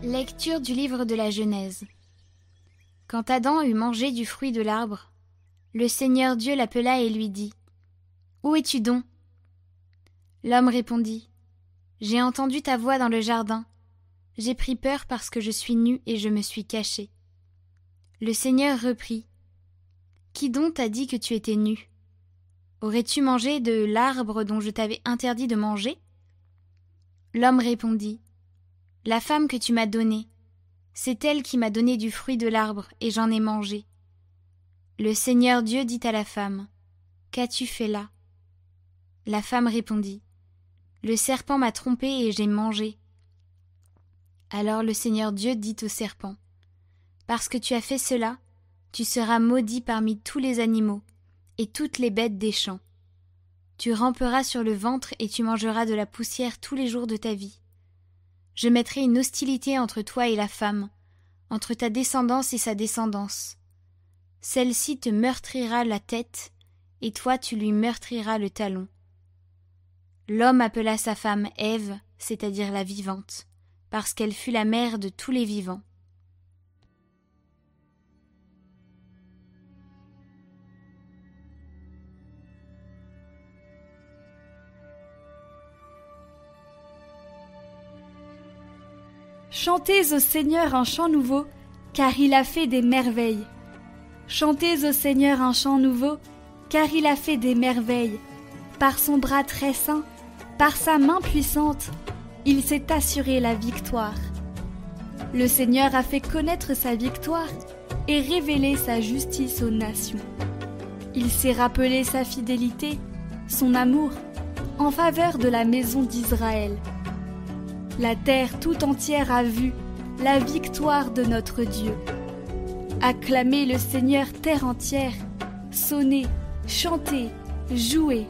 Lecture du livre de la Genèse. Quand Adam eut mangé du fruit de l'arbre, le Seigneur Dieu l'appela et lui dit : « Où es-tu donc ? » L'homme répondit : « J'ai entendu ta voix dans le jardin. J'ai pris peur parce que je suis nu et je me suis caché. » Le Seigneur reprit : « Qui donc t'a dit que tu étais nu ? Aurais-tu mangé de l'arbre dont je t'avais interdit de manger ? » L'homme répondit : « La femme que tu m'as donnée, c'est elle qui m'a donné du fruit de l'arbre, et j'en ai mangé. » Le Seigneur Dieu dit à la femme : « Qu'as-tu fait là ? » La femme répondit : « Le serpent m'a trompée et j'ai mangé. » Alors le Seigneur Dieu dit au serpent : « Parce que tu as fait cela, tu seras maudit parmi tous les animaux et toutes les bêtes des champs. Tu ramperas sur le ventre et tu mangeras de la poussière tous les jours de ta vie. Je mettrai une hostilité entre toi et la femme, entre ta descendance et sa descendance. Celle-ci te meurtrira la tête, et toi tu lui meurtriras le talon. » L'homme appela sa femme Ève, c'est-à-dire la vivante, parce qu'elle fut la mère de tous les vivants. Chantez au Seigneur un chant nouveau, car il a fait des merveilles. Chantez au Seigneur un chant nouveau, car il a fait des merveilles. Par son bras très saint, par sa main puissante, il s'est assuré la victoire. Le Seigneur a fait connaître sa victoire et révélé sa justice aux nations. Il s'est rappelé sa fidélité, son amour, en faveur de la maison d'Israël. La terre tout entière a vu la victoire de notre Dieu. Acclamez le Seigneur terre entière, sonnez, chantez, jouez.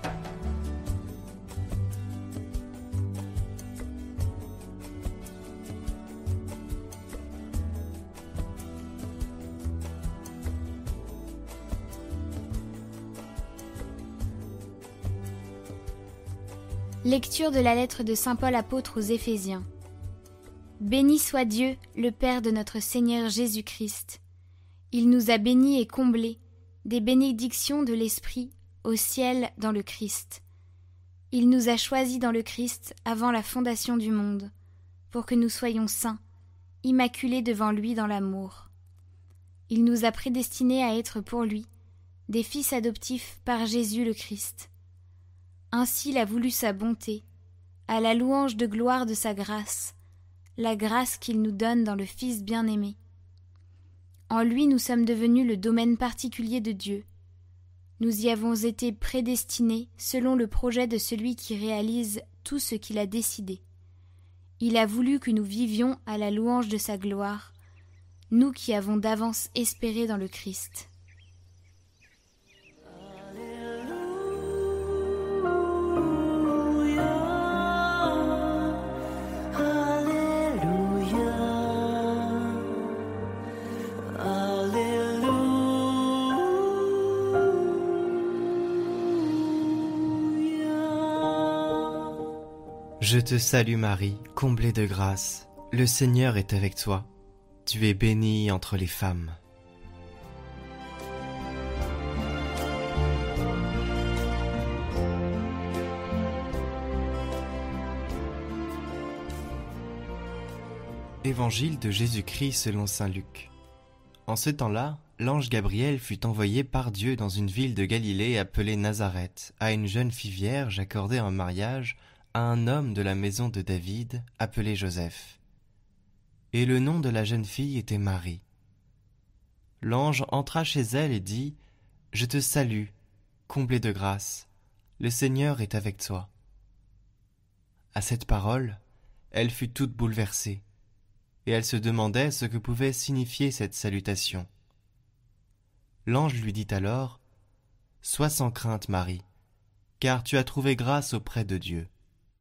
Lecture de la lettre de saint Paul apôtre aux Éphésiens. Béni soit Dieu, le Père de notre Seigneur Jésus-Christ. Il nous a bénis et comblés des bénédictions de l'Esprit au ciel dans le Christ. Il nous a choisis dans le Christ avant la fondation du monde, pour que nous soyons saints, immaculés devant lui dans l'amour. Il nous a prédestinés à être pour lui des fils adoptifs par Jésus le Christ. Ainsi il a voulu sa bonté, à la louange de gloire de sa grâce, la grâce qu'il nous donne dans le Fils bien-aimé. En lui nous sommes devenus le domaine particulier de Dieu. Nous y avons été prédestinés selon le projet de celui qui réalise tout ce qu'il a décidé. Il a voulu que nous vivions à la louange de sa gloire, nous qui avons d'avance espéré dans le Christ. Je te salue Marie, comblée de grâce, le Seigneur est avec toi. Tu es bénie entre les femmes. Évangile de Jésus-Christ selon saint Luc. En ce temps-là, l'ange Gabriel fut envoyé par Dieu dans une ville de Galilée appelée Nazareth, à une jeune fille vierge accordée en mariage à un homme de la maison de David, appelé Joseph. Et le nom de la jeune fille était Marie. L'ange entra chez elle et dit : « Je te salue, comblée de grâce, le Seigneur est avec toi. » À cette parole, elle fut toute bouleversée, et elle se demandait ce que pouvait signifier cette salutation. L'ange lui dit alors : « Sois sans crainte, Marie, car tu as trouvé grâce auprès de Dieu.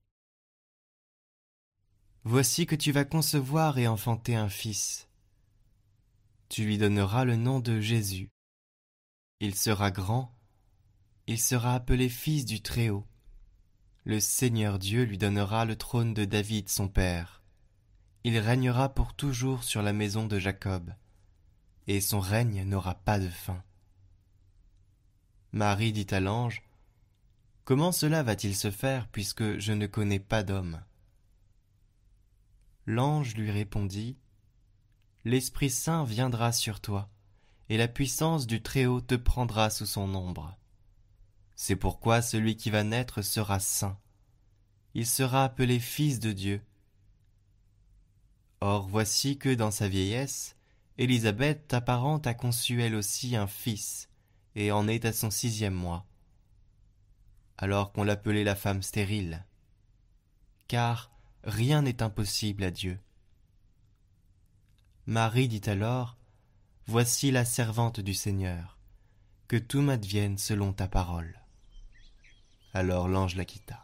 Voici que tu vas concevoir et enfanter un fils. Tu lui donneras le nom de Jésus. Il sera grand, il sera appelé fils du Très-Haut. Le Seigneur Dieu lui donnera le trône de David son père. il régnera pour toujours sur la maison de Jacob, et son règne n'aura pas de fin. Marie dit à l'ange, « Comment cela va-t-il se faire, puisque je ne connais pas d'homme ?» L'ange lui répondit, « L'Esprit Saint viendra sur toi, et la puissance du Très-Haut te prendra sous son ombre. C'est pourquoi celui qui va naître sera saint. Il sera appelé Fils de Dieu. Or voici que dans sa vieillesse, Élisabeth, ta parente, a conçu elle aussi un fils, et en est à son 6e mois, alors qu'on l'appelait la femme stérile. Car rien n'est impossible à Dieu. Marie dit alors, « Voici la servante du Seigneur, que tout m'advienne selon ta parole. » Alors l'ange la quitta.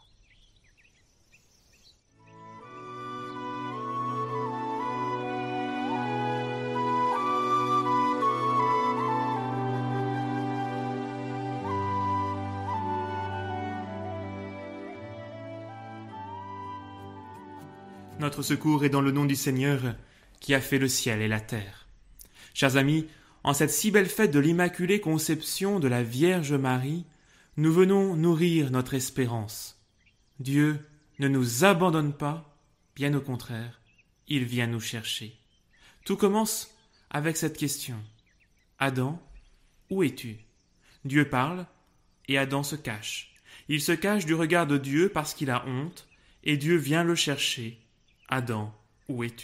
Notre secours est dans le nom du Seigneur qui a fait le ciel et la terre. Chers amis, en cette si belle fête de l'Immaculée Conception de la Vierge Marie, nous venons nourrir notre espérance. Dieu ne nous abandonne pas, bien au contraire, il vient nous chercher. Tout commence avec cette question. Adam, où es-tu ? Dieu parle et Adam se cache. Il se cache du regard de Dieu parce qu'il a honte et Dieu vient le chercher. Adam, où es-tu ?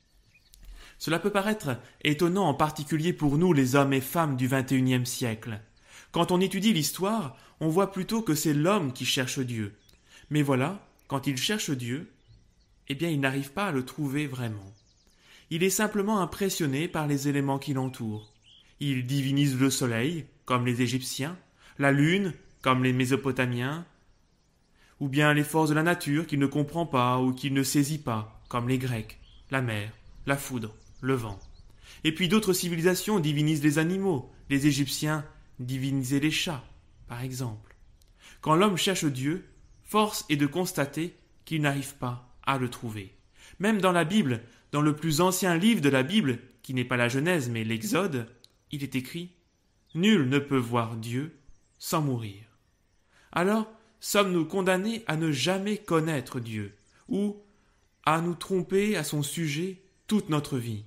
Cela peut paraître étonnant en particulier pour nous les hommes et femmes du XXIe siècle. Quand on étudie l'histoire, on voit plutôt que c'est l'homme qui cherche Dieu. Mais voilà, quand il cherche Dieu, eh bien il n'arrive pas à le trouver vraiment. Il est simplement impressionné par les éléments qui l'entourent. Il divinise le soleil, comme les Égyptiens, la lune, comme les Mésopotamiens, ou bien les forces de la nature qu'il ne comprend pas ou qu'il ne saisit pas, comme les Grecs, la mer, la foudre, le vent. Et puis d'autres civilisations divinisent les animaux. Les Égyptiens divinisaient les chats, par exemple. Quand l'homme cherche Dieu, force est de constater qu'il n'arrive pas à le trouver. Même dans la Bible, dans le plus ancien livre de la Bible, qui n'est pas la Genèse mais l'Exode, il est écrit « Nul ne peut voir Dieu sans mourir ». Alors, sommes-nous condamnés à ne jamais connaître Dieu, ou à nous tromper à son sujet toute notre vie?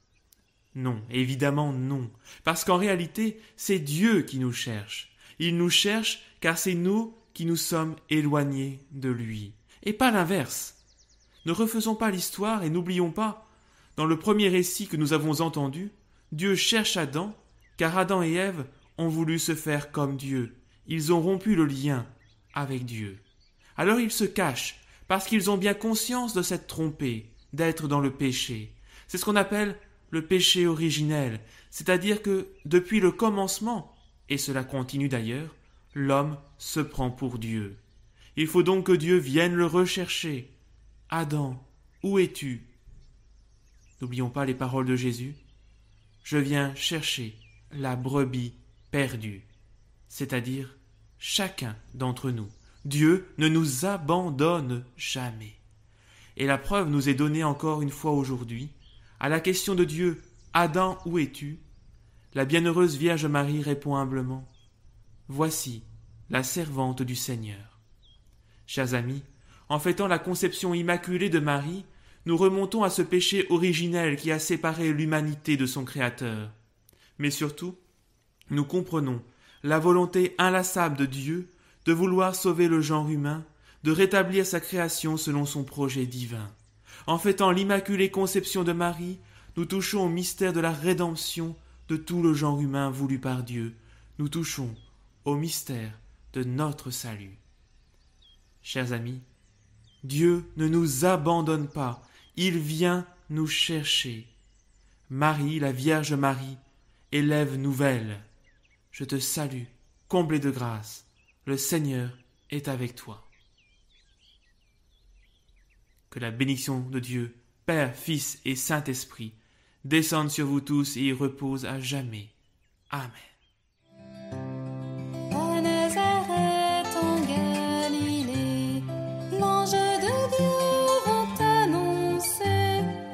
Non, évidemment non, parce qu'en réalité, c'est Dieu qui nous cherche. Il nous cherche car c'est nous qui nous sommes éloignés de lui, et pas l'inverse. Ne refaisons pas l'histoire et n'oublions pas, dans le premier récit que nous avons entendu, Dieu cherche Adam, car Adam et Ève ont voulu se faire comme Dieu. Ils ont rompu le lien avec Dieu. Alors ils se cachent, parce qu'ils ont bien conscience de s'être trompés, d'être dans le péché. C'est ce qu'on appelle le péché originel, c'est-à-dire que depuis le commencement, et cela continue d'ailleurs, l'homme se prend pour Dieu. Il faut donc que Dieu vienne le rechercher. Adam, où es-tu ? N'oublions pas les paroles de Jésus. Je viens chercher la brebis perdue, c'est-à-dire chacun d'entre nous. Dieu ne nous abandonne jamais. Et la preuve nous est donnée encore une fois aujourd'hui. À la question de Dieu, Adam, où es-tu ? La bienheureuse Vierge Marie répond humblement, voici la servante du Seigneur. Chers amis, en fêtant la conception immaculée de Marie, nous remontons à ce péché originel qui a séparé l'humanité de son Créateur. Mais surtout, nous comprenons la volonté inlassable de Dieu de vouloir sauver le genre humain, de rétablir sa création selon son projet divin. En fêtant l'immaculée conception de Marie, nous touchons au mystère de la rédemption de tout le genre humain voulu par Dieu. Nous touchons au mystère de notre salut. Chers amis, Dieu ne nous abandonne pas, il vient nous chercher. Marie, la Vierge Marie, élève nouvelle. Je te salue, comblée de grâce, le Seigneur est avec toi. Que la bénédiction de Dieu, Père, Fils et Saint-Esprit, descende sur vous tous et y repose à jamais. Amen. À Nazareth en Galilée, l'ange de Dieu vint annoncer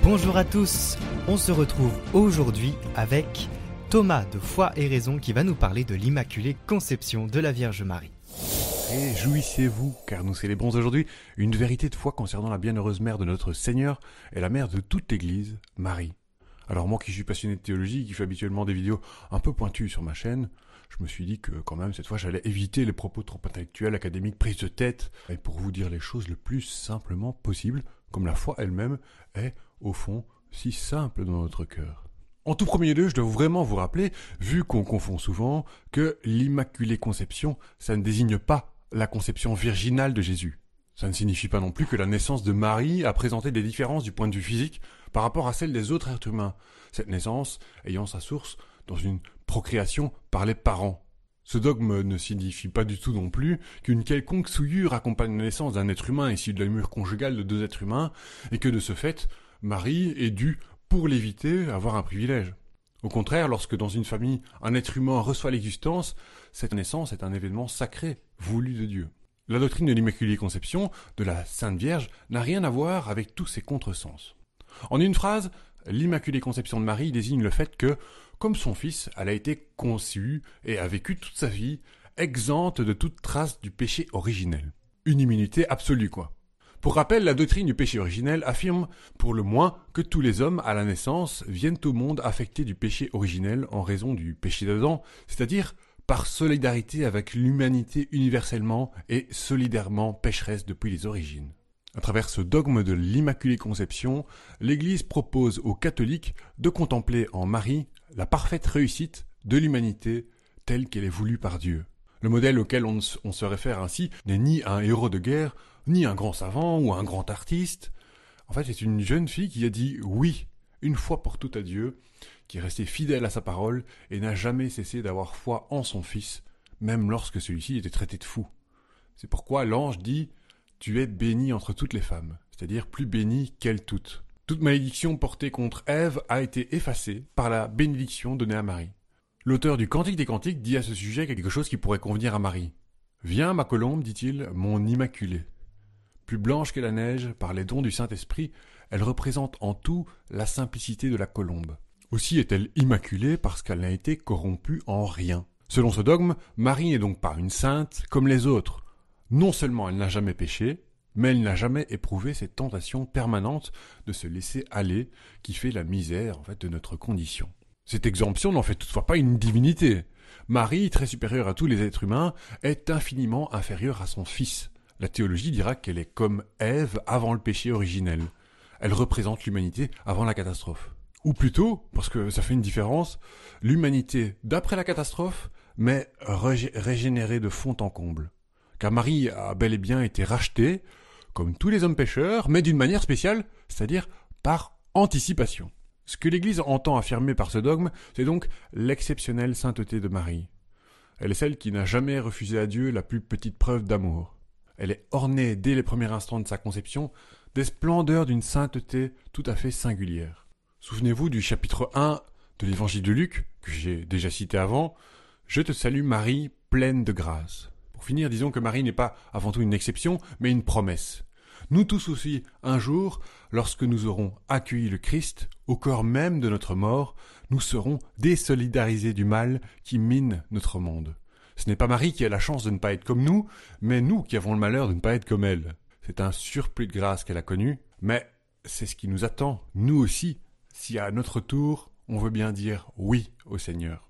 Bonjour à tous, on se retrouve aujourd'hui avec Thomas de Foi et Raison qui va nous parler de l'Immaculée Conception de la Vierge Marie. Réjouissez-vous, car nous célébrons aujourd'hui une vérité de foi concernant la bienheureuse mère de notre Seigneur et la mère de toute l'Église, Marie. Alors moi qui suis passionné de théologie, qui fais habituellement des vidéos un peu pointues sur ma chaîne, je me suis dit que quand même cette fois j'allais éviter les propos trop intellectuels, académiques, prises de tête, et pour vous dire les choses le plus simplement possible, comme la foi elle-même est, au fond, si simple dans notre cœur. En tout premier lieu, je dois vraiment vous rappeler, vu qu'on confond souvent, que l'Immaculée Conception, ça ne désigne pas la conception virginale de Jésus. Ça ne signifie pas non plus que la naissance de Marie a présenté des différences du point de vue physique par rapport à celle des autres êtres humains, cette naissance ayant sa source dans une procréation par les parents. Ce dogme ne signifie pas du tout non plus qu'une quelconque souillure accompagne la naissance d'un être humain issu de l'amour conjugal de deux êtres humains et que de ce fait, Marie est due, pour l'éviter, avoir un privilège. Au contraire, lorsque dans une famille, un être humain reçoit l'existence, cette naissance est un événement sacré, voulu de Dieu. La doctrine de l'Immaculée Conception, de la Sainte Vierge, n'a rien à voir avec tous ces contresens. En une phrase, l'Immaculée Conception de Marie désigne le fait que, comme son fils, elle a été conçue et a vécu toute sa vie exempte de toute trace du péché originel. Une immunité absolue, quoi. Pour rappel, la doctrine du péché originel affirme, pour le moins, que tous les hommes, à la naissance, viennent au monde affectés du péché originel en raison du péché d'Adam, c'est-à-dire par solidarité avec l'humanité universellement et solidairement pécheresse depuis les origines. À travers ce dogme de l'Immaculée Conception, l'Église propose aux catholiques de contempler en Marie la parfaite réussite de l'humanité telle qu'elle est voulue par Dieu. Le modèle auquel on se réfère ainsi n'est ni un héros de guerre, ni un grand savant ou un grand artiste. En fait, c'est une jeune fille qui a dit oui, une fois pour toutes à Dieu, qui est restée fidèle à sa parole et n'a jamais cessé d'avoir foi en son fils, même lorsque celui-ci était traité de fou. C'est pourquoi l'ange dit « Tu es bénie entre toutes les femmes », c'est-à-dire plus bénie qu'elles toutes. Toute malédiction portée contre Ève a été effacée par la bénédiction donnée à Marie. L'auteur du Cantique des Cantiques dit à ce sujet quelque chose qui pourrait convenir à Marie. « Viens, ma colombe, dit-il, mon immaculée. Plus blanche que la neige, par les dons du Saint-Esprit, elle représente en tout la simplicité de la colombe. Aussi est-elle immaculée parce qu'elle n'a été corrompue en rien. Selon ce dogme, Marie n'est donc pas une sainte comme les autres. Non seulement elle n'a jamais péché, mais elle n'a jamais éprouvé cette tentation permanente de se laisser aller qui fait la misère de notre condition. Cette exemption n'en fait toutefois pas une divinité. Marie, très supérieure à tous les êtres humains, est infiniment inférieure à son fils. La théologie dira qu'elle est comme Ève avant le péché originel. Elle représente l'humanité avant la catastrophe. Ou plutôt, parce que ça fait une différence, l'humanité d'après la catastrophe, mais régénérée de fond en comble. Car Marie a bel et bien été rachetée, comme tous les hommes pécheurs, mais d'une manière spéciale, c'est-à-dire par anticipation. Ce que l'Église entend affirmer par ce dogme, c'est donc l'exceptionnelle sainteté de Marie. Elle est celle qui n'a jamais refusé à Dieu la plus petite preuve d'amour. Elle est ornée dès les premiers instants de sa conception des splendeurs d'une sainteté tout à fait singulière. Souvenez-vous du chapitre 1 de l'évangile de Luc, que j'ai déjà cité avant, « Je te salue Marie, pleine de grâce ». Pour finir, disons que Marie n'est pas avant tout une exception, mais une promesse. Nous tous aussi, un jour, lorsque nous aurons accueilli le Christ, au corps même de notre mort, nous serons désolidarisés du mal qui mine notre monde. Ce n'est pas Marie qui a la chance de ne pas être comme nous, mais nous qui avons le malheur de ne pas être comme elle. C'est un surplus de grâce qu'elle a connu, mais c'est ce qui nous attend, nous aussi, si à notre tour, on veut bien dire oui au Seigneur.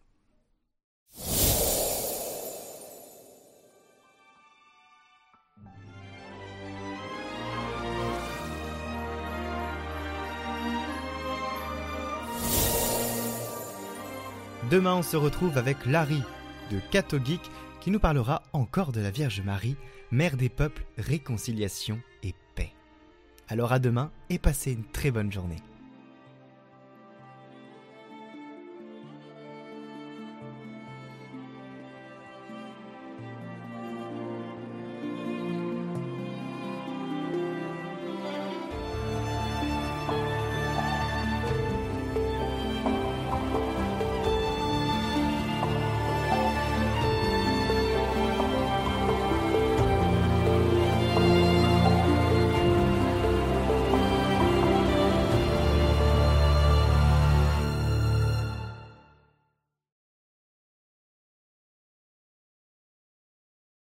Demain, on se retrouve avec Larry de Cathogeek qui nous parlera encore de la Vierge Marie, mère des peuples, réconciliation et paix. Alors à demain et passez une très bonne journée.